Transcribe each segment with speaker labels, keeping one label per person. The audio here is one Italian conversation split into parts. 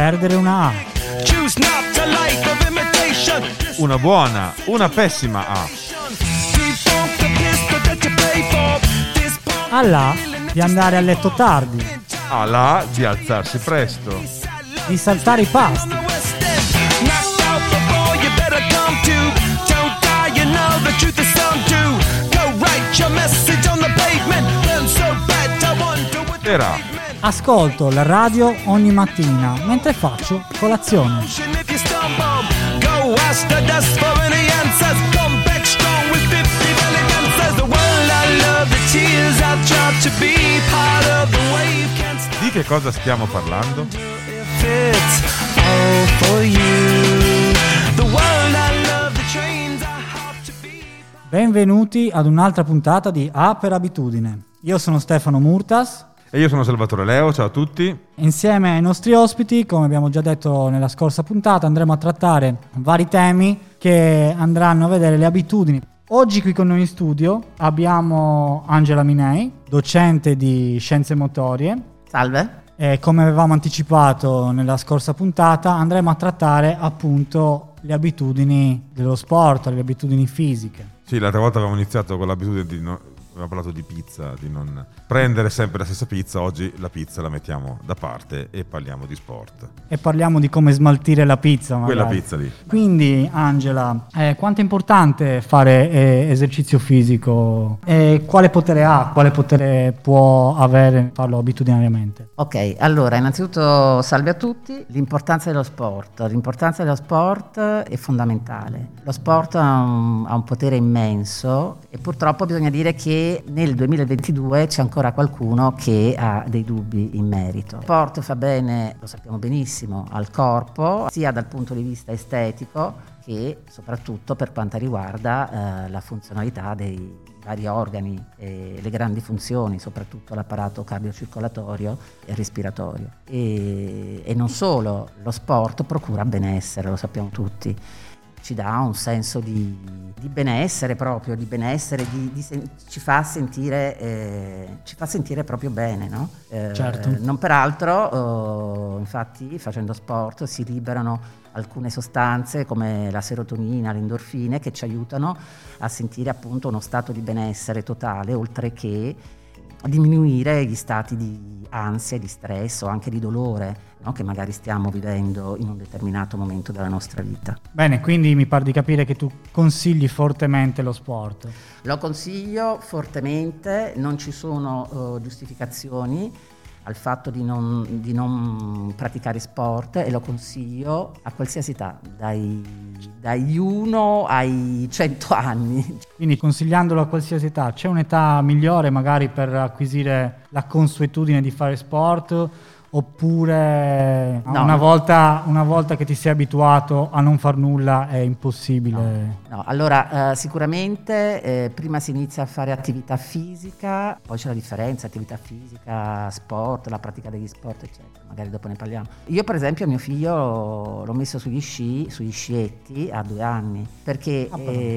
Speaker 1: perdere una A.
Speaker 2: Una buona, una pessima A.
Speaker 1: Alla di andare a letto tardi,
Speaker 2: Alla di alzarsi presto.
Speaker 1: di saltare i pasti,
Speaker 2: Era
Speaker 1: ascolto la radio ogni mattina mentre faccio colazione.
Speaker 2: di che cosa stiamo parlando?
Speaker 1: Benvenuti ad un'altra puntata di A per abitudine. Io sono Stefano Murtas.
Speaker 2: E io sono Salvatore Leo, ciao a tutti.
Speaker 1: Insieme ai nostri ospiti, come abbiamo già detto nella scorsa puntata, andremo a trattare vari temi che andranno a vedere le abitudini. Oggi qui con noi in studio abbiamo Angela Minei, docente di scienze motorie.
Speaker 3: Salve.
Speaker 1: E come avevamo anticipato nella scorsa puntata, andremo a trattare appunto le abitudini dello sport, le abitudini fisiche.
Speaker 2: Sì, l'altra volta avevamo iniziato con l'abitudine di abbiamo parlato di pizza, di non prendere sempre la stessa pizza. Oggi la pizza la mettiamo da parte e parliamo di sport.
Speaker 1: E parliamo di come smaltire la pizza, magari.
Speaker 2: Quella pizza lì.
Speaker 1: Quindi, Angela, quanto è importante fare esercizio fisico? Quale potere ha? Quale potere può avere farlo abitudinariamente?
Speaker 3: Ok, allora innanzitutto salve a tutti. L'importanza dello sport. L'importanza dello sport è fondamentale. Lo sport ha un potere immenso e purtroppo bisogna dire che nel 2022 c'è ancora qualcuno che ha dei dubbi in merito. Lo sport fa bene, lo sappiamo benissimo, al corpo, sia dal punto di vista estetico che soprattutto per quanto riguarda la funzionalità dei vari organi e le grandi funzioni, soprattutto l'apparato cardiocircolatorio e respiratorio. E non solo, lo sport procura benessere, lo sappiamo tutti. Ci dà un senso di benessere proprio, di benessere, ci fa sentire proprio bene, no?
Speaker 1: Certo.
Speaker 3: Non peraltro, infatti, facendo sport si liberano alcune sostanze come la serotonina, le endorfine, che ci aiutano a sentire appunto uno stato di benessere totale, oltre che a diminuire gli stati di ansia, di stress o anche di dolore, no? Che magari stiamo vivendo in un determinato momento della nostra vita.
Speaker 1: Bene, quindi mi pare di capire che tu consigli fortemente lo sport.
Speaker 3: Lo consiglio fortemente, non ci sono giustificazioni al fatto di non praticare sport e lo consiglio a qualsiasi età, dagli 1 ai 100 anni.
Speaker 1: Quindi consigliandolo a qualsiasi età, c'è un'età migliore magari per acquisire la consuetudine di fare sport? Oppure
Speaker 3: No.
Speaker 1: una volta che ti sei abituato a non far nulla è impossibile?
Speaker 3: No. Allora sicuramente prima si inizia a fare attività fisica, poi c'è la differenza, attività fisica, sport, la pratica degli sport eccetera, magari dopo ne parliamo. Io per esempio mio figlio l'ho messo sugli scietti a 2 anni, perché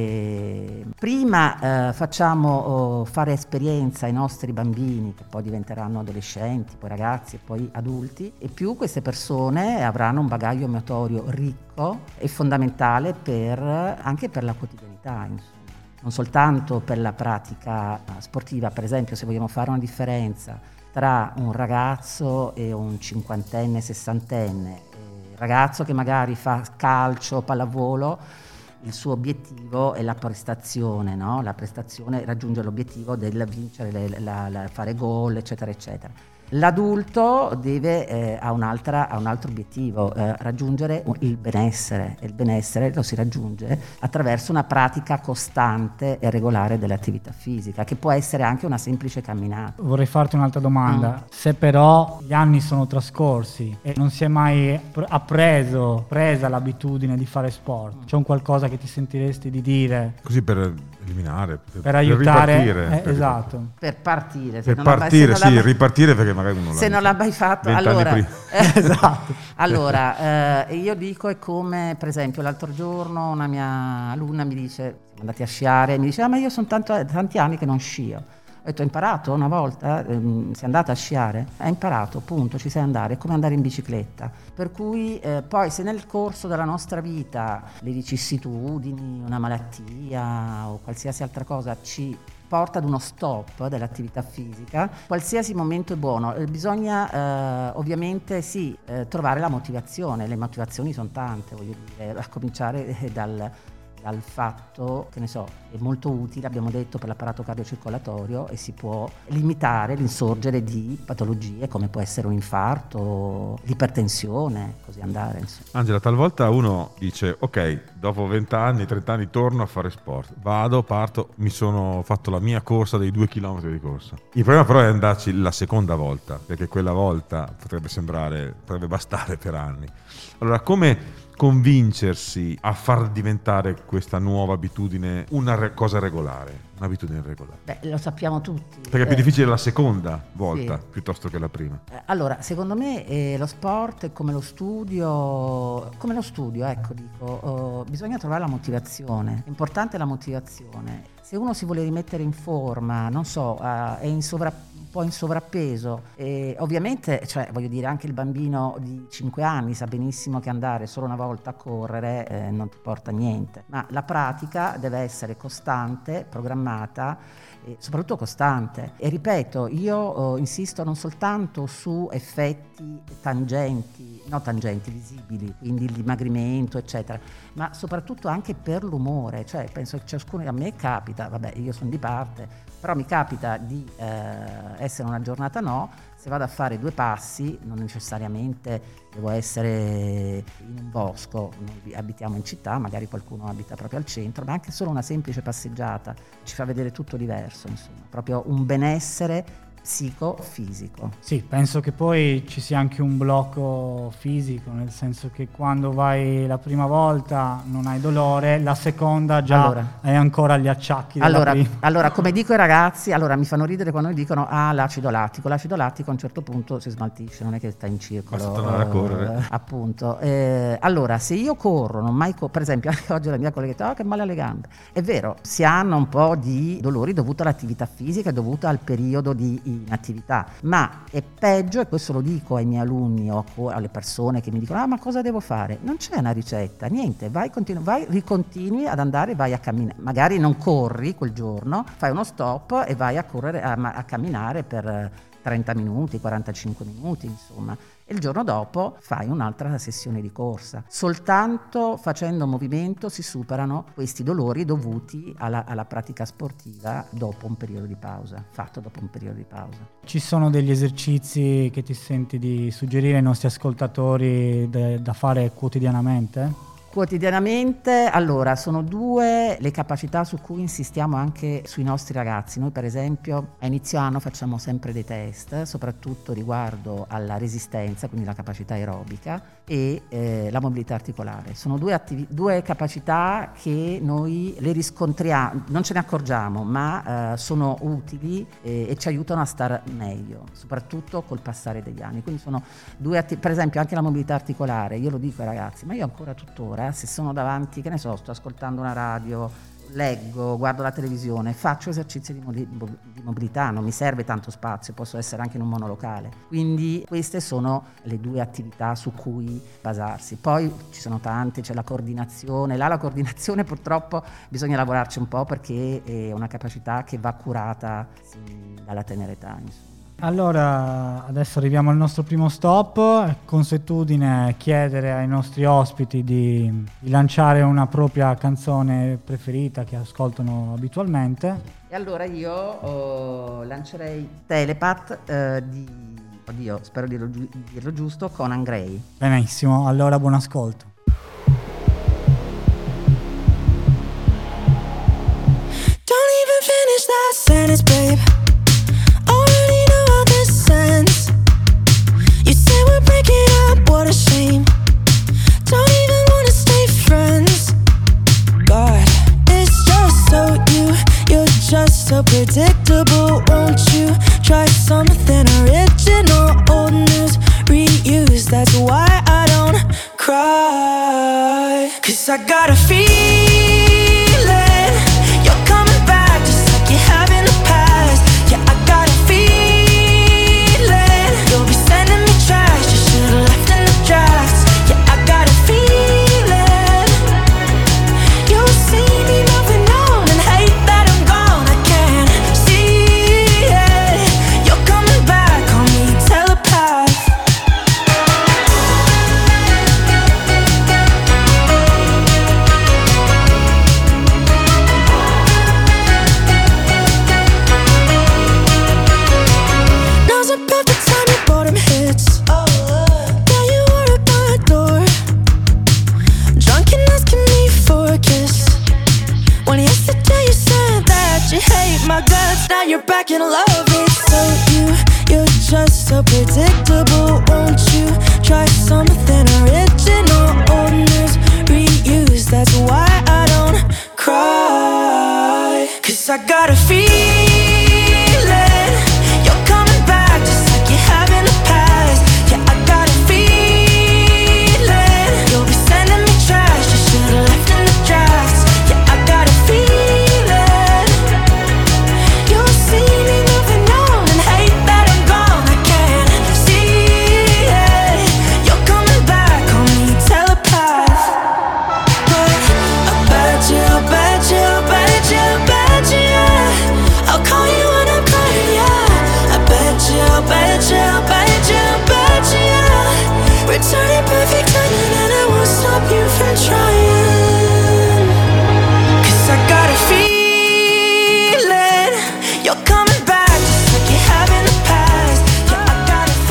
Speaker 3: prima facciamo fare esperienza ai nostri bambini che poi diventeranno adolescenti, poi ragazzi e poi adulti, e più queste persone avranno un bagaglio motorio ricco e fondamentale anche per la quotidianità, insomma. Non soltanto per la pratica sportiva. Per esempio, se vogliamo fare una differenza tra un ragazzo e un cinquantenne, sessantenne, il ragazzo che magari fa calcio, pallavolo, il suo obiettivo è la prestazione, no? La prestazione, raggiungere l'obiettivo del vincere, fare gol, eccetera, eccetera. L'adulto ha un altro obiettivo, raggiungere il benessere, e il benessere lo si raggiunge attraverso una pratica costante e regolare dell'attività fisica, che può essere anche una semplice camminata.
Speaker 1: Vorrei farti un'altra domanda. Se però gli anni sono trascorsi e non si è mai presa l'abitudine di fare sport, c'è un qualcosa che ti sentiresti di dire?
Speaker 2: Così per eliminare,
Speaker 1: per aiutare,
Speaker 2: ripartire,
Speaker 3: esatto. Per partire,
Speaker 2: ripartire, perché magari uno
Speaker 3: se non l'ha mai fatto, allora
Speaker 1: esatto.
Speaker 3: Allora io dico, è come per esempio l'altro giorno una mia alunna mi dice, siamo andati a sciare, mi dice ma io sono tanti anni che non scio. Ho detto: hai imparato una volta? Sei andata a sciare? Hai imparato, punto, ci sai andare, è come andare in bicicletta. Per cui poi se nel corso della nostra vita le vicissitudini, una malattia o qualsiasi altra cosa ci porta ad uno stop dell'attività fisica, qualsiasi momento è buono. Bisogna ovviamente trovare la motivazione. Le motivazioni sono tante, voglio dire, a cominciare dal fatto, che ne so, è molto utile, abbiamo detto, per l'apparato cardiocircolatorio, e si può limitare l'insorgere di patologie come può essere un infarto, l'ipertensione, così andare, insomma.
Speaker 2: Angela, talvolta uno dice: ok, dopo 20 anni, 30 anni torno a fare sport, vado, parto, mi sono fatto la mia corsa dei 2 chilometri di corsa. Il problema però è andarci la seconda volta, perché quella volta potrebbe bastare per anni. Allora, come convincersi a far diventare questa nuova abitudine una cosa regolare, un'abitudine regolare?
Speaker 3: Beh, lo sappiamo tutti.
Speaker 2: Perché è più difficile la seconda volta,
Speaker 3: sì,
Speaker 2: piuttosto che la prima.
Speaker 3: Allora, secondo me lo sport è come lo studio, ecco, dico, bisogna trovare la motivazione. È importante la motivazione. Se uno si vuole rimettere in forma, non so, è un po' in sovrappeso, e ovviamente, cioè, voglio dire, anche il bambino di 5 anni sa benissimo che andare solo una volta a correre non ti porta a niente, ma la pratica deve essere costante, programmata e soprattutto costante. E ripeto, io insisto non soltanto su effetti tangenti visibili, quindi il dimagrimento eccetera, ma soprattutto anche per l'umore. Cioè, penso che a me capita, vabbè, io sono di parte, però mi capita di essere una giornata se vado a fare 2 passi, non necessariamente devo essere in un bosco, noi abitiamo in città, magari qualcuno abita proprio al centro, ma anche solo una semplice passeggiata ci fa vedere tutto diverso, insomma, proprio un benessere psicofisico.
Speaker 1: Sì, penso che poi ci sia anche un blocco fisico, nel senso che quando vai la prima volta non hai dolore, la seconda già hai ancora gli acciacchi della prima.
Speaker 3: Allora, come dico ai ragazzi, mi fanno ridere quando mi dicono l'acido lattico a un certo punto si smaltisce, non è che sta in circolo.
Speaker 2: Basta tornare a correre.
Speaker 3: Appunto. Allora, se io corro, per esempio anche oggi la mia collega ha detto che male alle gambe. È vero, si hanno un po' di dolori dovuto all'attività fisica, dovuto al periodo di inattività, ma è peggio, e questo lo dico ai miei alunni o alle persone che mi dicono ma cosa devo fare? Non c'è una ricetta, niente, ricontinui ad andare, vai a camminare, magari non corri quel giorno, fai uno stop e vai a correre, a camminare per 30 minuti, 45 minuti, insomma, e il giorno dopo fai un'altra sessione di corsa. Soltanto facendo movimento si superano questi dolori dovuti alla pratica sportiva dopo un periodo di pausa, fatto dopo un periodo di pausa.
Speaker 1: Ci sono degli esercizi che ti senti di suggerire ai nostri ascoltatori da fare quotidianamente?
Speaker 3: Quotidianamente, allora, sono 2 le capacità su cui insistiamo anche sui nostri ragazzi. Noi per esempio a inizio anno facciamo sempre dei test, soprattutto riguardo alla resistenza, quindi la capacità aerobica, e la mobilità articolare. Sono 2 capacità che noi le riscontriamo, non ce ne accorgiamo, ma sono utili e ci aiutano a stare meglio, soprattutto col passare degli anni. Quindi sono 2 per esempio anche la mobilità articolare, io lo dico ai ragazzi, ma io ancora tuttora, se sono davanti, che ne so, sto ascoltando una radio, leggo, guardo la televisione, faccio esercizi di mobilità, non mi serve tanto spazio, posso essere anche in un monolocale. Quindi queste sono le 2 attività su cui basarsi. Poi ci sono tante, c'è la coordinazione. La coordinazione purtroppo bisogna lavorarci un po', perché è una capacità che va curata dalla tenera età, insomma.
Speaker 1: Allora, adesso arriviamo al nostro primo stop. Consuetudine chiedere ai nostri ospiti di lanciare una propria canzone preferita che ascoltano abitualmente.
Speaker 3: E allora io lancerei Telepath oddio, spero di dirlo giusto, con Angray.
Speaker 1: Benissimo, allora buon ascolto.
Speaker 4: Don't even finish that sentence, babe. Already know how this ends. You say we're breaking up, what a shame. Don't even wanna stay friends. God, it's just so you're just so predictable. Won't you try something original? Old news, reuse, that's why I don't cry. 'Cause I got a feeling you're coming back just like you have in the past. Yeah, you're back in love. It's so you're just so predictable. Won't you try something original? Old news reused, that's why I don't cry. 'Cause I got a feeling you're coming back just like you have in the past. Yeah, I got a feeling you'll be sending me trash you should've left in the drafts. Yeah, I got a feeling you'll see me moving on and hate that I'm gone. I can't see it. You're coming back, call me telepath. But I bet you, I bet you, I bet you, I bet you, yeah. I'll call you when I'm crying, yeah. I bet you, I bet you, I bet you, I bet you, yeah. Returning perfect timing and I won't stop you from trying. 'Cause I got a feeling you're coming back just like you have in the past. Yeah, I got a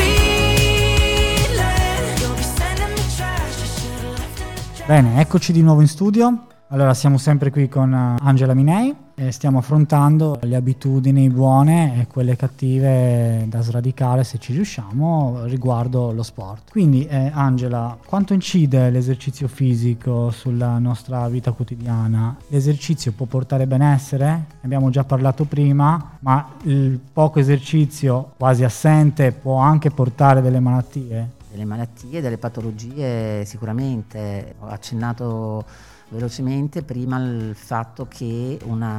Speaker 4: feeling you'll be sending me trash you should've left in the trash.
Speaker 1: Bene, eccoci di nuovo in studio. Allora, siamo sempre qui con Angela Minei e stiamo affrontando le abitudini buone e quelle cattive da sradicare, se ci riusciamo, riguardo lo sport. Quindi, Angela, quanto incide l'esercizio fisico sulla nostra vita quotidiana? L'esercizio può portare benessere? Ne abbiamo già parlato prima, ma il poco esercizio, quasi assente, può anche portare delle malattie?
Speaker 3: Delle malattie, delle patologie sicuramente. Ho accennato velocemente prima il fatto che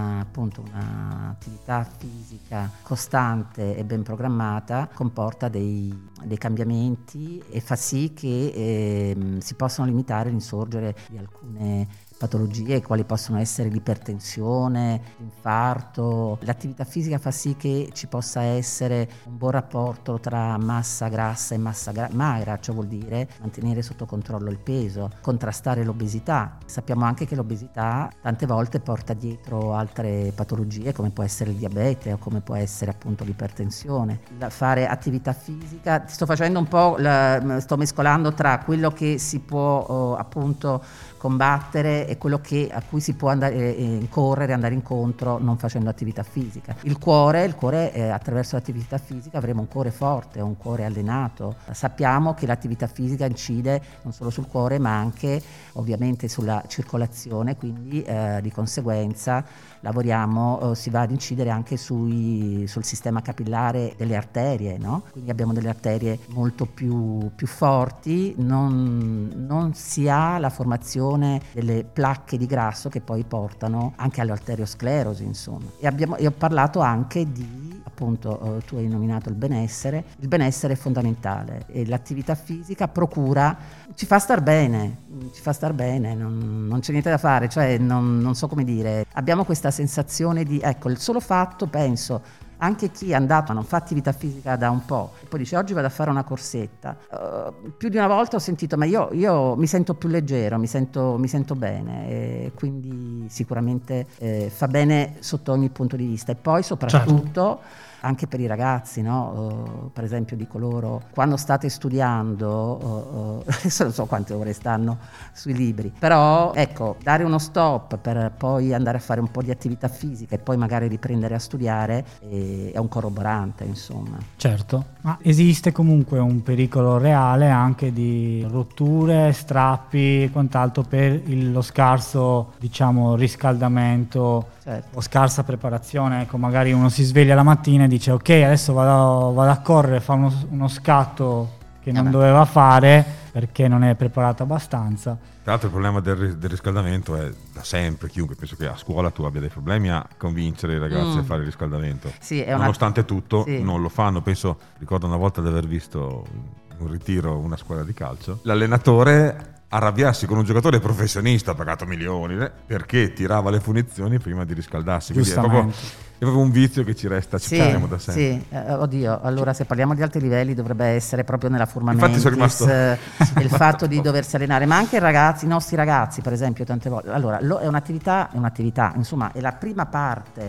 Speaker 3: un'attività fisica costante e ben programmata comporta dei cambiamenti e fa sì che si possano limitare l'insorgere di alcune patologie, quali possono essere l'ipertensione, l'infarto. L'attività fisica fa sì che ci possa essere un buon rapporto tra massa grassa e massa magra, ciò vuol dire mantenere sotto controllo il peso, contrastare l'obesità. Sappiamo anche che l'obesità tante volte porta dietro altre patologie, come può essere il diabete o come può essere appunto l'ipertensione. Fare attività fisica, sto facendo un po', sto mescolando tra quello che si può appunto combattere e quello a cui si può andare andare incontro non facendo attività fisica. Il cuore attraverso l'attività fisica avremo un cuore forte, un cuore allenato. Sappiamo che l'attività fisica incide non solo sul cuore ma anche ovviamente sulla circolazione, quindi di conseguenza si va ad incidere anche sul sistema capillare delle arterie, no? Quindi abbiamo delle arterie molto più forti, non si ha la formazione delle placche di grasso che poi portano anche all'arteriosclerosi, insomma. E ho parlato anche di, appunto, tu hai nominato il benessere è fondamentale e l'attività fisica ci fa star bene, non c'è niente da fare, cioè non so come dire, abbiamo questa sensazione di, ecco, il solo fatto, penso, anche chi è andato a non fa attività fisica da un po' e poi dice oggi vado a fare una corsetta, più di una volta ho sentito ma io mi sento più leggero, mi sento bene, e quindi sicuramente fa bene sotto ogni punto di vista e poi soprattutto anche per i ragazzi, no? Per esempio dico loro, quando state studiando, adesso non so quante ore stanno sui libri, però ecco, dare uno stop per poi andare a fare un po' di attività fisica e poi magari riprendere a studiare è un corroborante, insomma.
Speaker 1: Certo, ma esiste comunque un pericolo reale anche di rotture, strappi e quant'altro per lo scarso, diciamo, riscaldamento.
Speaker 3: Certo.
Speaker 1: O scarsa preparazione, ecco, magari uno si sveglia la mattina e dice ok, adesso vado a correre, fa uno scatto che non doveva fare perché non è preparato abbastanza.
Speaker 2: Tra l'altro il problema del riscaldamento è da sempre, chiunque, penso che a scuola tu abbia dei problemi a convincere i ragazzi a fare il riscaldamento.
Speaker 3: Sì,
Speaker 2: nonostante tutto non lo fanno. Ricordo una volta di aver visto un ritiro, una squadra di calcio, l'allenatore arrabbiarsi con un giocatore professionista pagato milioni perché tirava le punizioni prima di riscaldarsi. Quindi è proprio un vizio che ci resta, ci cariamo da sempre.
Speaker 3: Sì, oddio, allora se parliamo di alti livelli dovrebbe essere proprio nella forma mentis,
Speaker 2: sono rimasto
Speaker 3: il fatto di doversi allenare, ma anche i nostri ragazzi per esempio tante volte. Allora, è un'attività, insomma, è la prima parte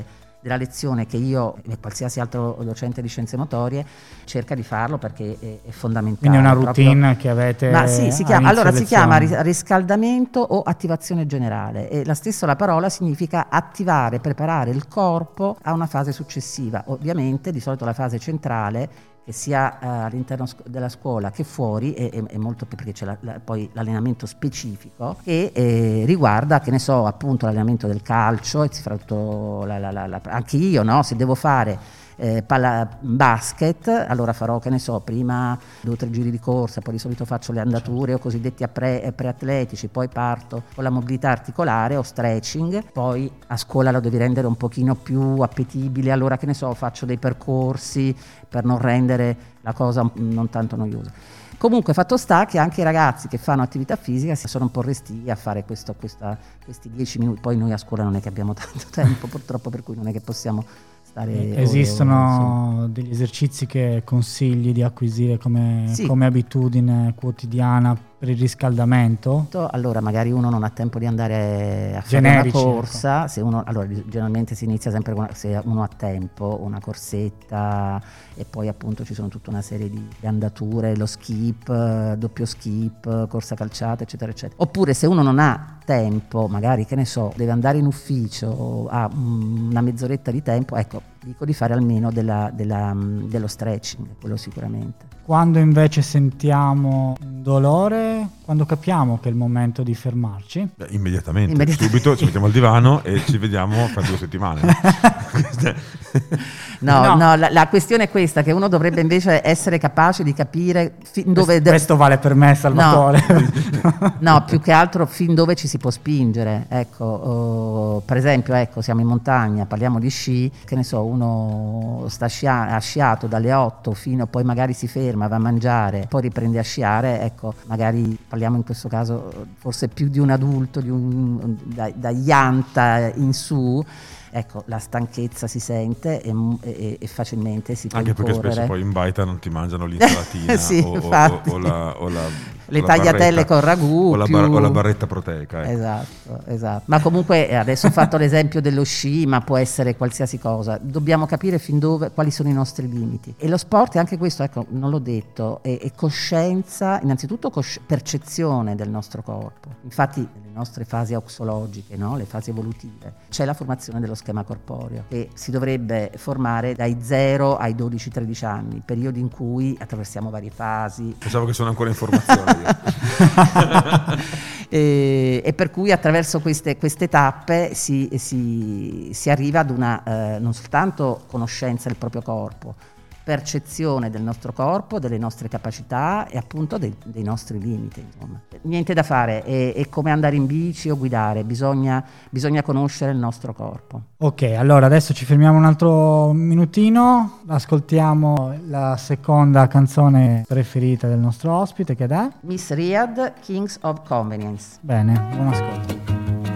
Speaker 3: della lezione che io e qualsiasi altro docente di scienze motorie cerca di farlo, perché è fondamentale.
Speaker 1: Quindi è una routine
Speaker 3: proprio.
Speaker 1: che avete.
Speaker 3: Ma sì, si chiama
Speaker 1: lezione.
Speaker 3: riscaldamento o attivazione generale, e la stessa la parola significa attivare, preparare il corpo a una fase successiva. Ovviamente di solito la fase centrale, che sia all'interno della scuola che fuori, è molto più, perché c'è poi l'allenamento specifico che riguarda, che ne so, appunto l'allenamento del calcio, e soprattutto anche io, no? Se devo fare basket, allora farò, che ne so, prima 2 o 3 giri di corsa, poi di solito faccio le andature o cosiddetti preatletici, poi parto con la mobilità articolare o stretching, poi a scuola lo devi rendere un pochino più appetibile, allora, che ne so, faccio dei percorsi per non rendere la cosa non tanto noiosa. Comunque, fatto sta che anche i ragazzi che fanno attività fisica si sono un po' restii a fare questi 10 minuti. Poi noi a scuola non è che abbiamo tanto tempo, purtroppo, per cui non è che possiamo stare.
Speaker 1: Esistono degli esercizi che consigli di acquisire come abitudine quotidiana per il riscaldamento?
Speaker 3: Allora, magari uno non ha tempo di andare a fare
Speaker 1: Generici,
Speaker 3: una corsa, allora generalmente si inizia sempre se uno ha tempo, una corsetta, e poi appunto ci sono tutta una serie di andature, lo skip, doppio skip, corsa calciata, eccetera eccetera. Oppure se uno non ha tempo, magari, che ne so, deve andare in ufficio, ha una mezz'oretta di tempo, ecco, dico di fare almeno dello stretching, quello sicuramente.
Speaker 1: Quando invece sentiamo un dolore, quando capiamo che è il momento di fermarci?
Speaker 2: Immediatamente. Subito ci mettiamo al divano e ci vediamo fra 2 settimane.
Speaker 3: No, la questione è questa, che uno dovrebbe invece essere capace di capire fin dove...
Speaker 1: Questo vale per me, Salvatore.
Speaker 3: No, più che altro fin dove ci si può spingere. Ecco, per esempio, ecco, siamo in montagna, parliamo di sci, che ne so, uno ha sciato dalle 8 fino, poi magari si ferma, va a mangiare, poi riprende a sciare, ecco, magari parliamo in questo caso forse più di un adulto, da Ianta in su. Ecco, la stanchezza si sente e facilmente si può
Speaker 2: anche
Speaker 3: incorrere.
Speaker 2: Perché spesso poi in baita non ti mangiano l'insalatina
Speaker 3: sì,
Speaker 2: o la
Speaker 3: le tagliatelle con ragù
Speaker 2: o la barretta proteica.
Speaker 3: Esatto. Ma comunque adesso ho fatto l'esempio dello sci, ma può essere qualsiasi cosa. Dobbiamo capire fin dove, quali sono i nostri limiti. E lo sport è anche questo, ecco, non l'ho detto, è coscienza, innanzitutto percezione del nostro corpo. Infatti nelle nostre fasi auxologiche, no? Le fasi evolutive, c'è la formazione dello schema corporeo, che si dovrebbe formare dai 0 ai 12-13 anni, periodi in cui attraversiamo varie fasi.
Speaker 2: Pensavo che sono ancora in formazione.
Speaker 3: E per cui attraverso queste tappe si arriva ad una non soltanto conoscenza del proprio corpo, percezione del nostro corpo, delle nostre capacità e appunto dei nostri limiti, insomma. Niente da fare, è come andare in bici o guidare, bisogna conoscere il nostro corpo.
Speaker 1: Ok, allora adesso ci fermiamo un altro minutino, ascoltiamo la seconda canzone preferita del nostro ospite, che è
Speaker 3: Miss Riyad, Kings of Convenience.
Speaker 1: Bene, buon ascolto.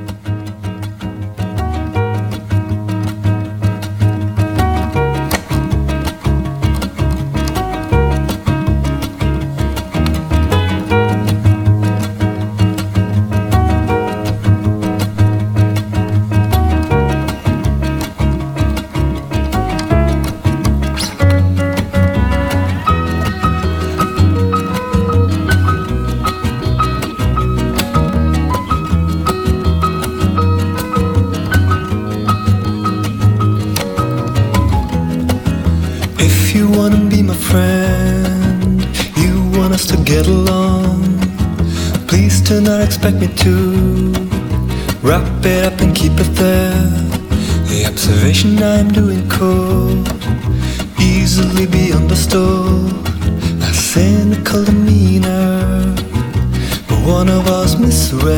Speaker 5: Do not expect me to wrap it up and keep it there. The observation I'm doing could easily be understood. A cynical demeanor, but one of us misread.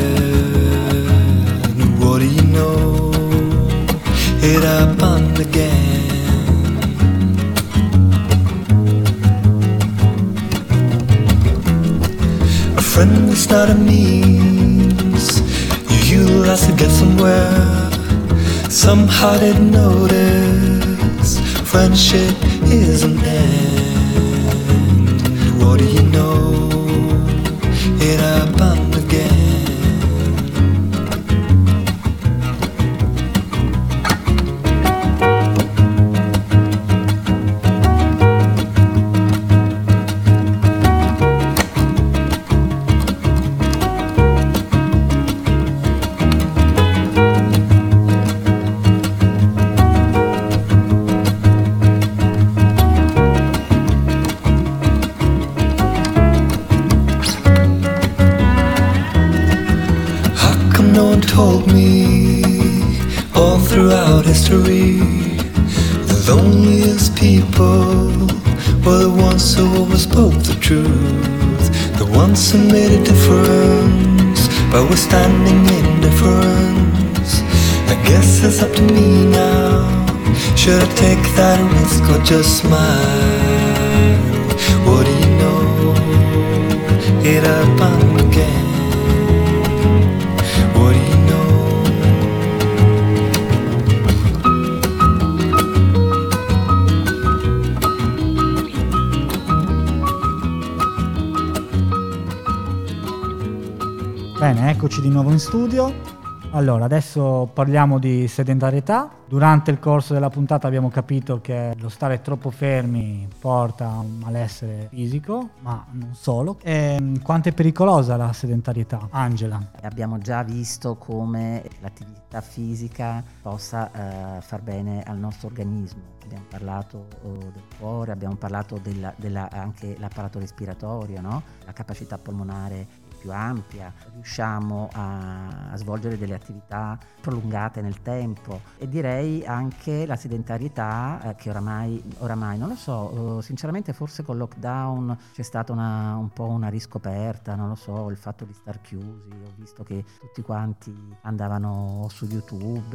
Speaker 5: What do you know? It happened again. Friend is not a means you utilize to get somewhere. Somehow didn't notice friendship is an end. What do you know? It happened again. told me all throughout history, the loneliest people were the ones who always spoke the truth, the ones who made a difference by withstanding indifference. I guess it's up to me now. Should I take that risk or just smile? What do you know? It happened again. What do you
Speaker 1: Bene, eccoci di nuovo in studio. Allora, adesso parliamo di sedentarietà. Durante il corso della puntata abbiamo capito che lo stare troppo fermi porta a un malessere fisico, ma non solo. Quanto è pericolosa la sedentarietà, Angela?
Speaker 3: Abbiamo già visto come l'attività fisica possa far bene al nostro organismo. Abbiamo parlato del cuore, abbiamo parlato anche l'apparato respiratorio, no? La capacità polmonare più ampia, riusciamo a svolgere delle attività prolungate nel tempo, e direi anche la sedentarietà che oramai non lo so, sinceramente forse col lockdown c'è stata un po' una riscoperta, non lo so, il fatto di star chiusi. Ho visto che tutti quanti andavano su YouTube,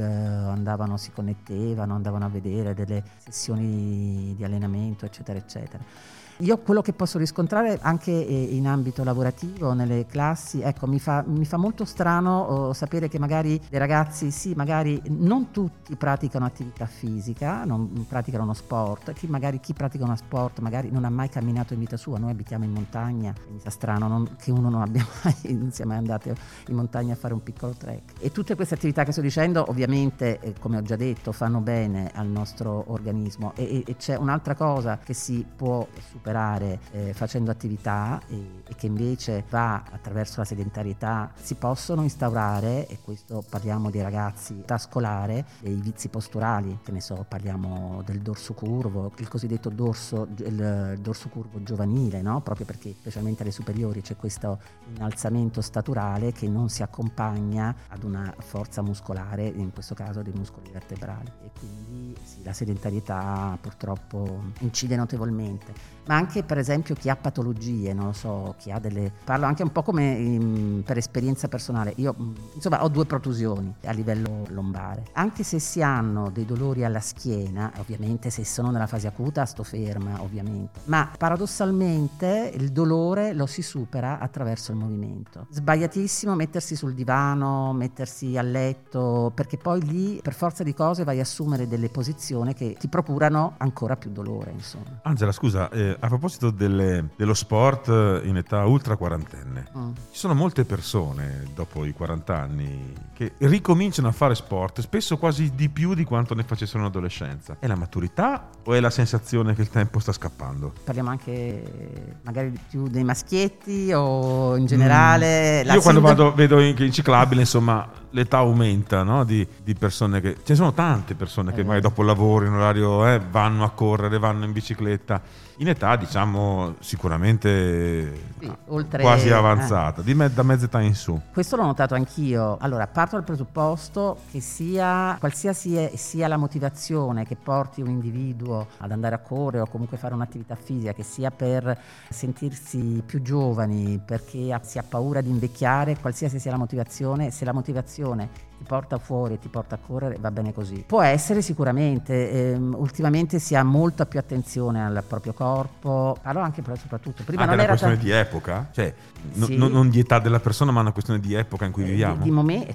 Speaker 3: si connettevano, andavano a vedere delle sessioni di allenamento, eccetera eccetera. Io quello che posso riscontrare anche in ambito lavorativo, nelle classi, ecco, mi fa molto strano sapere che magari dei ragazzi, sì, magari non tutti praticano attività fisica, non praticano uno sport, chi pratica uno sport magari non ha mai camminato in vita sua. Noi abitiamo in montagna, mi sa strano che uno non abbia mai insieme andato in montagna a fare un piccolo trek. E tutte queste attività che sto dicendo ovviamente, come ho già detto, fanno bene al nostro organismo, e c'è un'altra cosa che si può superare facendo attività e che invece va attraverso la sedentarietà. Si possono instaurare, e questo parliamo dei ragazzi, età scolare, dei vizi posturali, che ne so, parliamo del dorso curvo, il cosiddetto dorso curvo giovanile, no? Proprio perché specialmente alle superiori c'è questo innalzamento staturale che non si accompagna ad una forza muscolare, in questo caso dei muscoli vertebrali, e quindi sì, la sedentarietà purtroppo incide notevolmente. Ma anche per esempio chi ha patologie, non lo so, parlo anche un po' come per esperienza personale. Io insomma ho 2 protusioni a livello lombare. Anche se si hanno dei dolori alla schiena, ovviamente se sono nella fase acuta sto ferma, ovviamente, ma paradossalmente il dolore lo si supera attraverso il movimento. Sbagliatissimo mettersi sul divano, mettersi a letto, perché poi lì per forza di cose vai a assumere delle posizioni che ti procurano ancora più dolore, insomma.
Speaker 2: Angela, scusa, a proposito dello sport in età ultra quarantenne, ci sono molte persone dopo i 40 anni che ricominciano a fare sport, spesso quasi di più di quanto ne facessero in adolescenza. È la maturità o è la sensazione che il tempo sta scappando?
Speaker 3: Parliamo anche magari più dei maschietti o in generale?
Speaker 2: Io quando vedo in ciclabile, insomma, l'età aumenta, no? Di persone che... Ce ne sono tante persone che magari dopo il lavoro in orario vanno a correre, vanno in bicicletta. In età, diciamo, sicuramente
Speaker 3: sì, oltre,
Speaker 2: quasi avanzata, da mezza età in su.
Speaker 3: Questo l'ho notato anch'io. Allora, parto dal presupposto che qualsiasi sia la motivazione che porti un individuo ad andare a correre o comunque fare un'attività fisica, che sia per sentirsi più giovani, perché si ha paura di invecchiare, qualsiasi sia la motivazione, se la motivazione ti porta fuori e ti porta a correre, va bene così. Può essere sicuramente, ultimamente si ha molta più attenzione al proprio corpo, parlo anche però soprattutto prima
Speaker 2: anche
Speaker 3: non
Speaker 2: una
Speaker 3: era
Speaker 2: questione di epoca, cioè
Speaker 3: sì.
Speaker 2: non di età della persona, ma una questione di epoca in cui viviamo.
Speaker 3: Di momento,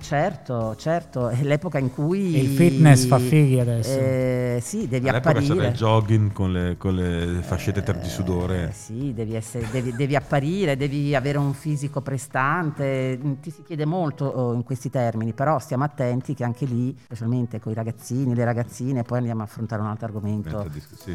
Speaker 3: certo, è l'epoca in cui
Speaker 1: il fitness fa figli adesso.
Speaker 3: Sì, devi
Speaker 2: all'epoca
Speaker 3: apparire.
Speaker 2: c'era il jogging con le fascette di sudore.
Speaker 3: Sì, devi apparire, devi avere un fisico prestante, ti si chiede molto in questi termini, però stiamo attenti che anche lì, specialmente con i ragazzini, le ragazzine, poi andiamo a affrontare un altro argomento,
Speaker 2: sì.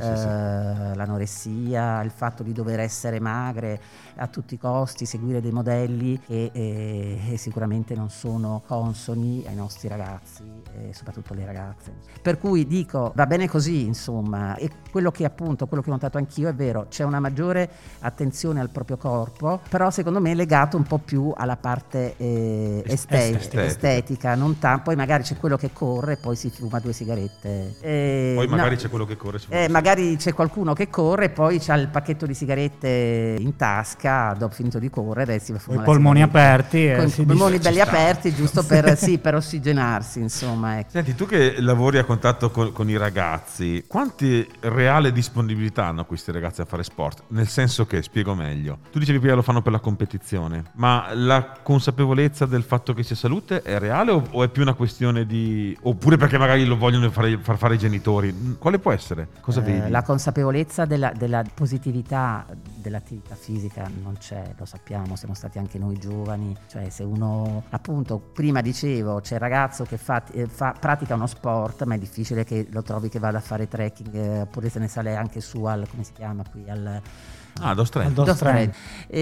Speaker 3: L'anoressia, il fatto di dover essere magre a tutti i costi, seguire dei modelli che sicuramente non sono consoni ai nostri ragazzi e soprattutto le ragazze. Per cui dico, va bene così, insomma, e quello che ho notato anch'io è vero, c'è una maggiore attenzione al proprio corpo, però secondo me è legato un po' più alla parte estetica, non poi magari c'è quello che corre e poi si fuma 2 sigarette.
Speaker 2: Poi magari c'è quello che corre.
Speaker 3: Magari c'è qualcuno che corre e poi c'ha il pacchetto di sigarette in tasca, dopo finito di correre si va a fumare.
Speaker 1: I polmoni aperti.
Speaker 3: Con i polmoni belli aperti, giusto per ossigenarsi, insomma. Ecco.
Speaker 2: Senti, tu che lavori a contatto con i ragazzi, quante reale disponibilità hanno questi ragazzi a fare sport? Nel senso che, spiego meglio, tu dicevi prima lo fanno per la competizione, ma la consapevolezza del fatto che sia salute è reale o è più una questione di... oppure perché magari lo vogliono far fare i genitori? Quale può essere? Cosa vedi?
Speaker 3: La consapevolezza della positività dell'attività fisica non c'è, lo sappiamo, siamo stati anche noi giovani, cioè se uno, appunto, prima dicevo, c'è il ragazzo che pratica uno sport, ma è difficile che lo trovi che vada a fare trekking, oppure se ne sale anche su al, come si chiama qui, al...
Speaker 1: Dostrand.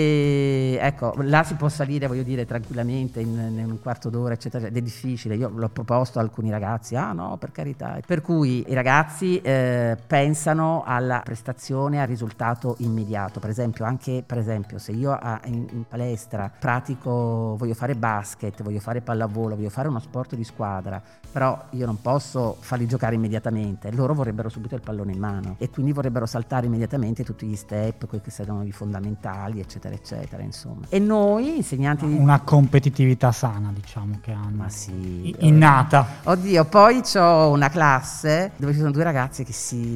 Speaker 3: Ecco, là si può salire, voglio dire, tranquillamente in un quarto d'ora, eccetera, ed è difficile. Io l'ho proposto a alcuni ragazzi, no, per carità. Per cui i ragazzi pensano alla prestazione, al risultato immediato. Per esempio, se io in palestra pratico, voglio fare basket, voglio fare pallavolo, voglio fare uno sport di squadra, però io non posso farli giocare immediatamente. Loro vorrebbero subito il pallone in mano e quindi vorrebbero saltare immediatamente tutti gli step, che sono i fondamentali, eccetera eccetera, insomma. E noi insegnanti
Speaker 1: una competitività sana, diciamo, che hanno,
Speaker 3: ma sì,
Speaker 1: innata.
Speaker 3: Oddio, poi c'ho una classe dove ci sono 2 ragazzi che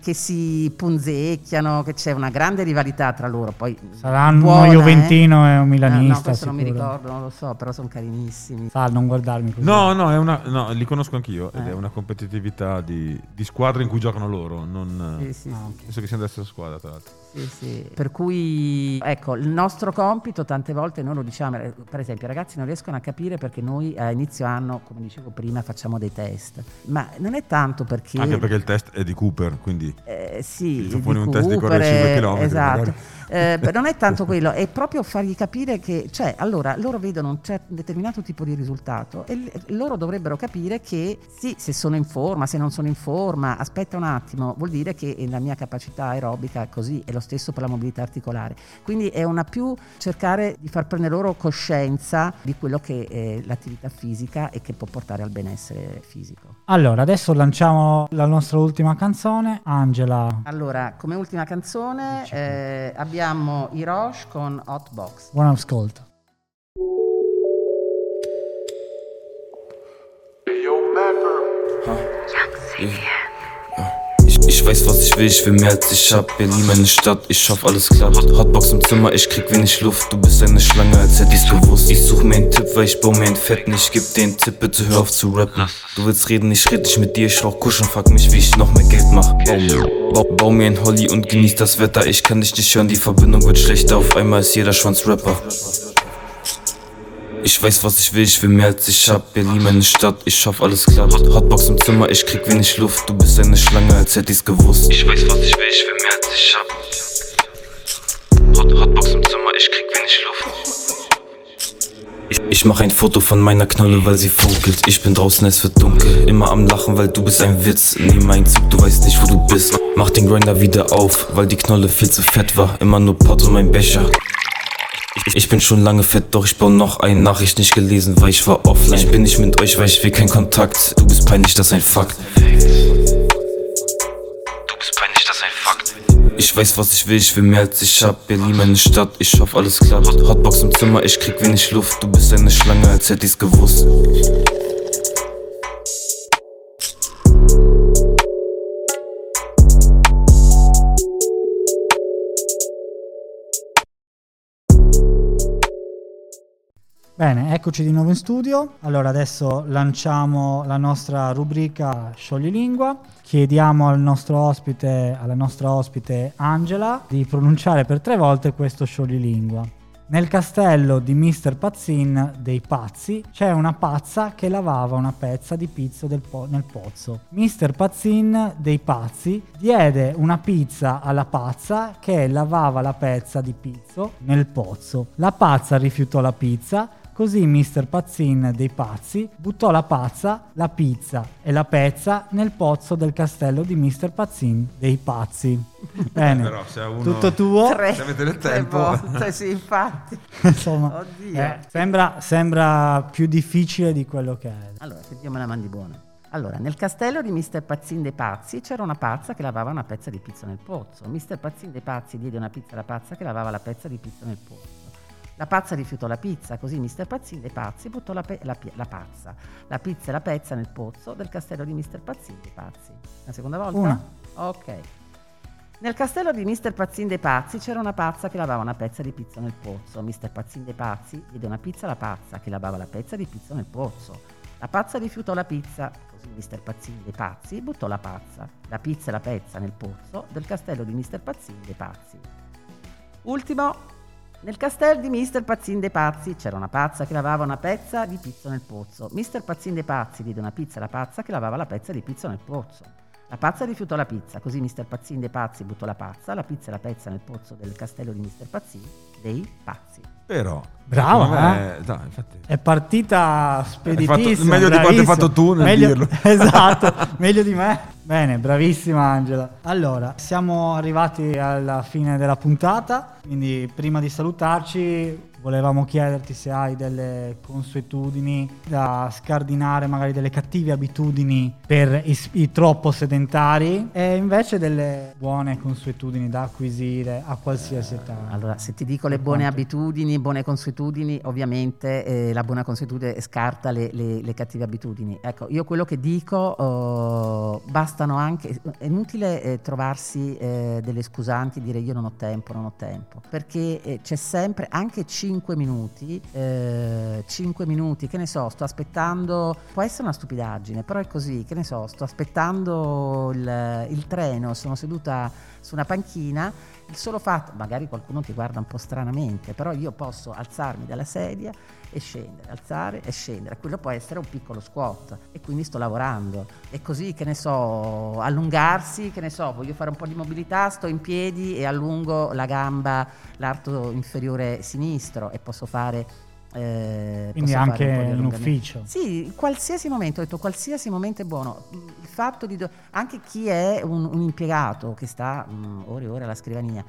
Speaker 3: si punzecchiano, che c'è una grande rivalità tra loro. Poi
Speaker 1: saranno uno juventino e un milanista.
Speaker 3: No, questo
Speaker 1: sicuro.
Speaker 3: Non mi ricordo, non lo so, però sono carinissimi.
Speaker 1: Non guardarmi così.
Speaker 2: No, li conosco anch'io ed è una competitività di squadra in cui giocano loro, non
Speaker 3: sì.
Speaker 2: penso che sia della stessa squadra, tra l'altro.
Speaker 3: Sì. Per cui, ecco, il nostro compito tante volte noi lo diciamo, per esempio i ragazzi non riescono a capire perché noi a inizio anno, come dicevo prima, facciamo dei test, ma non è tanto perché...
Speaker 2: Anche perché il test è di Cooper, quindi
Speaker 3: sì,
Speaker 2: ti pone un test di correre 5 km.
Speaker 3: Esatto. Non è tanto quello, è proprio fargli capire che, cioè, allora loro vedono un determinato tipo di risultato e loro dovrebbero capire che sì, se sono in forma, se non sono in forma, aspetta un attimo, vuol dire che la mia capacità aerobica è così, è lo stesso per la mobilità articolare. Quindi è una più cercare di far prendere loro coscienza di quello che è l'attività fisica e che può portare al benessere fisico.
Speaker 1: Allora, adesso lanciamo la nostra ultima canzone, Angela.
Speaker 3: Allora, come ultima canzone abbiamo i Roche con Hot Box.
Speaker 1: Buon ascolto.
Speaker 6: Ich weiß, was ich will mehr als ich hab. Berlin, meine Stadt, ich hoffe, alles klappt. Hotbox im Zimmer, ich krieg wenig Luft. Du bist eine Schlange, als hätt ich's gewusst. Ich such mir einen Tipp, weil ich bau mir einen Fetten. Ich geb dir einen Tipp, bitte hör auf zu rappen. Du willst reden, ich red nicht mit dir. Ich rauch Kusch und frag mich, wie ich noch mehr Geld mach. Bau mir ein Holly und genieß das Wetter. Ich kann dich nicht hören, die Verbindung wird schlechter. Auf einmal ist jeder Schwanz Rapper. Ich weiß, was ich will mehr als ich hab. Berlin, meine Stadt, ich hoffe, alles klappt. Hotbox im Zimmer, ich krieg wenig Luft. Du bist eine Schlange, als hätt ich's gewusst. Ich weiß, was ich will mehr als ich hab. Hotbox im Zimmer, ich krieg wenig Luft. Ich mach ein Foto von meiner Knolle, weil sie funkelt. Ich bin draußen, es wird dunkel. Immer am Lachen, weil du bist ein Witz. Nimm einen Zug, du weißt nicht, wo du bist. Mach den Grinder wieder auf, weil die Knolle viel zu fett war. Immer nur Pot und mein Becher. Ich bin schon lange fett, doch ich bau noch ein. Nachricht nicht gelesen, weil ich war offline. Ich bin nicht mit euch, weil ich will keinen Kontakt. Du bist peinlich, das ist ein Fakt. Ich weiß, was ich will mehr als ich hab. Berlin, meine Stadt, ich hoffe, alles klappt. Hotbox im Zimmer, ich krieg wenig Luft. Du bist eine Schlange, als hätt ich's gewusst.
Speaker 1: Bene, eccoci di nuovo in studio. Allora adesso lanciamo la nostra rubrica Scioglilingua. Chiediamo alla nostra ospite Angela di pronunciare per 3 volte questo scioglilingua. Nel castello di Mr. Pazzin dei pazzi c'è una pazza che lavava una pezza di pizzo nel pozzo. Mr. Pazzin dei pazzi diede una pizza alla pazza che lavava la pezza di pizzo nel pozzo. La pazza rifiutò la pizza. Così Mr. Pazzin dei pazzi buttò la pazza, la pizza e la pezza nel pozzo del castello di Mr. Pazzin dei pazzi. Bene,
Speaker 2: Però se a uno-
Speaker 1: tutto tuo.
Speaker 2: Se avete del tempo.
Speaker 3: volte, sì, infatti.
Speaker 1: Insomma,
Speaker 3: Oddio.
Speaker 1: sembra più difficile di quello che è.
Speaker 3: Allora, che Dio me la mandi buona. Allora, nel castello di Mr. Pazzin dei pazzi c'era una pazza che lavava una pezza di pizza nel pozzo. Mr. Pazzin dei pazzi diede una pizza alla pazza che lavava la pezza di pizza nel pozzo. La pazza rifiutò la pizza, così Mr. Pazzin dei pazzi buttò la pazza, la pizza e la pezza nel pozzo del castello di Mr. Pazzin dei pazzi. La seconda volta?
Speaker 1: Una.
Speaker 3: Ok. Nel castello di Mr. Pazzin dei pazzi c'era una pazza che lavava una pezza di pizza nel pozzo. Mr. Pazzin dei pazzi diede una pizza alla pazza che lavava la pezza di pizza nel pozzo. La pazza rifiutò la pizza, così Mr. Pazzin dei pazzi buttò la pazza, la pizza e la pezza nel pozzo del castello di Mr. Pazzin dei pazzi. Ultimo. Nel castello di Mr. Pazzin dei pazzi c'era una pazza che lavava una pezza di pizza nel pozzo. Mr. Pazzin dei pazzi diede una pizza alla pazza che lavava la pezza di pizza nel pozzo. La pazza rifiutò la pizza, così Mr. Pazzin dei pazzi buttò la pazza, la pizza e la pezza nel pozzo del castello di Mr. Pazzin dei pazzi.
Speaker 2: Però
Speaker 1: Bravo,
Speaker 2: secondo me- dai, infatti.
Speaker 1: È partita speditissima.
Speaker 2: meglio di quanto hai
Speaker 1: bravissima.
Speaker 2: fatto tu nel
Speaker 1: Meglio-
Speaker 2: dirlo.
Speaker 1: Esatto, meglio di me. Bene, bravissima Angela. Allora, siamo arrivati alla fine della puntata, quindi prima di salutarci volevamo chiederti se hai delle consuetudini da scardinare, magari delle cattive abitudini per i troppo sedentari e invece delle buone consuetudini da acquisire a qualsiasi età.
Speaker 3: Allora, se ti dico le buone abitudini, buone consuetudini, ovviamente la buona consuetudine scarta le cattive abitudini. Ecco, io quello che dico, bastano anche, è inutile trovarsi delle scusanti, dire io non ho tempo, perché c'è sempre anche 5 minuti, che ne so, sto aspettando, può essere una stupidaggine, però è così, che ne so, sto aspettando il treno, sono seduta su una panchina, il solo fatto, magari qualcuno ti guarda un po' stranamente, però io posso alzarmi dalla sedia e scendere, alzare e scendere, quello può essere un piccolo squat e quindi sto lavorando. E così, che ne so, allungarsi, che ne so, voglio fare un po' di mobilità, sto in piedi e allungo la gamba, l'arto inferiore sinistro e posso fare
Speaker 1: Quindi
Speaker 3: posso
Speaker 1: anche
Speaker 3: fare un po' di
Speaker 1: in
Speaker 3: allungamento.
Speaker 1: ufficio.
Speaker 3: Sì, qualsiasi momento, ho detto qualsiasi momento è buono. Il fatto di anche chi è un impiegato che sta ore e ore alla scrivania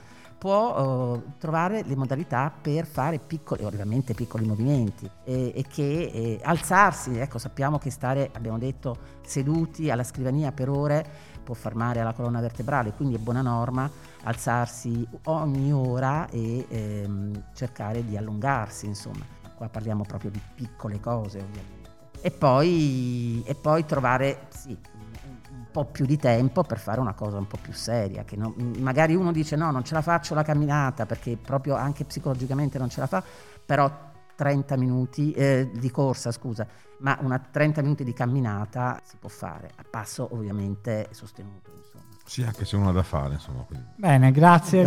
Speaker 3: può trovare le modalità per fare ovviamente piccoli movimenti e che alzarsi, ecco, sappiamo che stare, abbiamo detto, seduti alla scrivania per ore può far male alla colonna vertebrale, quindi è buona norma alzarsi ogni ora e cercare di allungarsi, insomma. Qua parliamo proprio di piccole cose, ovviamente. E poi trovare, sì, un po' più di tempo per fare una cosa un po' più seria, che magari uno dice no, non ce la faccio la camminata, perché proprio anche psicologicamente non ce la fa, però 30 minuti di corsa, scusa, ma 30 minuti di camminata si può fare, a passo ovviamente sostenuto, insomma.
Speaker 2: Sì, anche se uno ha da fare, insomma. Quindi.
Speaker 1: Bene, grazie.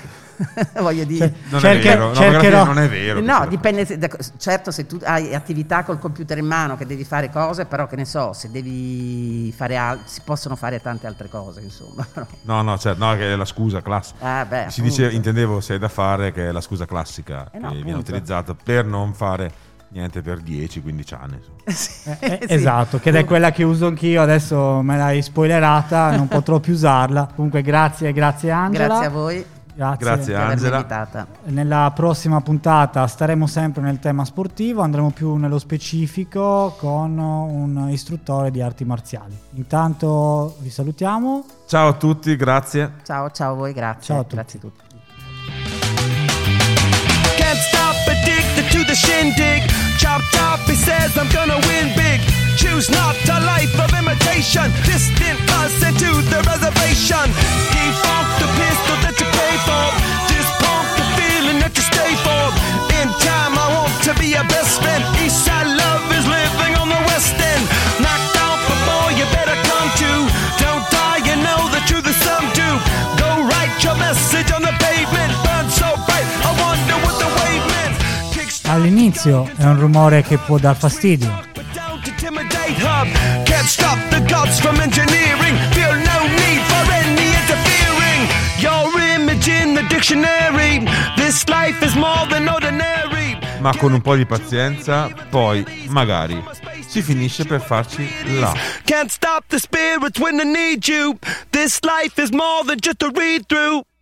Speaker 3: Voglio dire,
Speaker 2: Non è vero, no,
Speaker 1: cercherò.
Speaker 2: non è vero.
Speaker 3: no, dipende, certo, se tu hai attività col computer in mano che devi fare cose, però che ne so, se devi fare si possono fare tante altre cose, insomma.
Speaker 2: No, certo, no, che è la scusa classica.
Speaker 3: Beh,
Speaker 2: Si dice, intendevo se hai da fare, che è la scusa classica che
Speaker 3: no,
Speaker 2: viene
Speaker 3: appunto.
Speaker 2: utilizzata per non fare niente per 10-15 anni.
Speaker 3: Sì.
Speaker 1: Esatto, che è quella che uso anch'io, adesso me l'hai spoilerata, non potrò più usarla. Comunque grazie Angela.
Speaker 3: Grazie a voi.
Speaker 2: Grazie
Speaker 3: per avermi
Speaker 2: Angela.
Speaker 3: invitata.
Speaker 1: Nella prossima puntata staremo sempre nel tema sportivo, andremo più nello specifico con un istruttore di arti marziali. Intanto vi salutiamo.
Speaker 2: Ciao a tutti, grazie.
Speaker 3: Ciao a voi, grazie.
Speaker 1: Ciao a tutti.
Speaker 3: Grazie a tutti.
Speaker 7: Can't stop, addicted to the shindig. Chop, he says I'm gonna win big. Choose not a life of imitation. Distant us into the reservation. Defunct the pistol that you pay for. Dispunk the feeling that you stay for. In time I want to be your best friend. Eastside love is living on the west end. Knocked out before you better come to. Don't die, you know the truth is some do. Go write your message on the pavement. Burn so bright, I wonder what the wave meant.
Speaker 1: All'inizio è un rumore che può dar fastidio.
Speaker 7: Can't stop the gods from engineering. Feel no need for any interfering. Your image in the dictionary. This life is more than ordinary.
Speaker 2: ma con un po' di pazienza poi magari si finisce per farci là.
Speaker 7: Can't stop the spirits when they need you. This life is more than just a read through.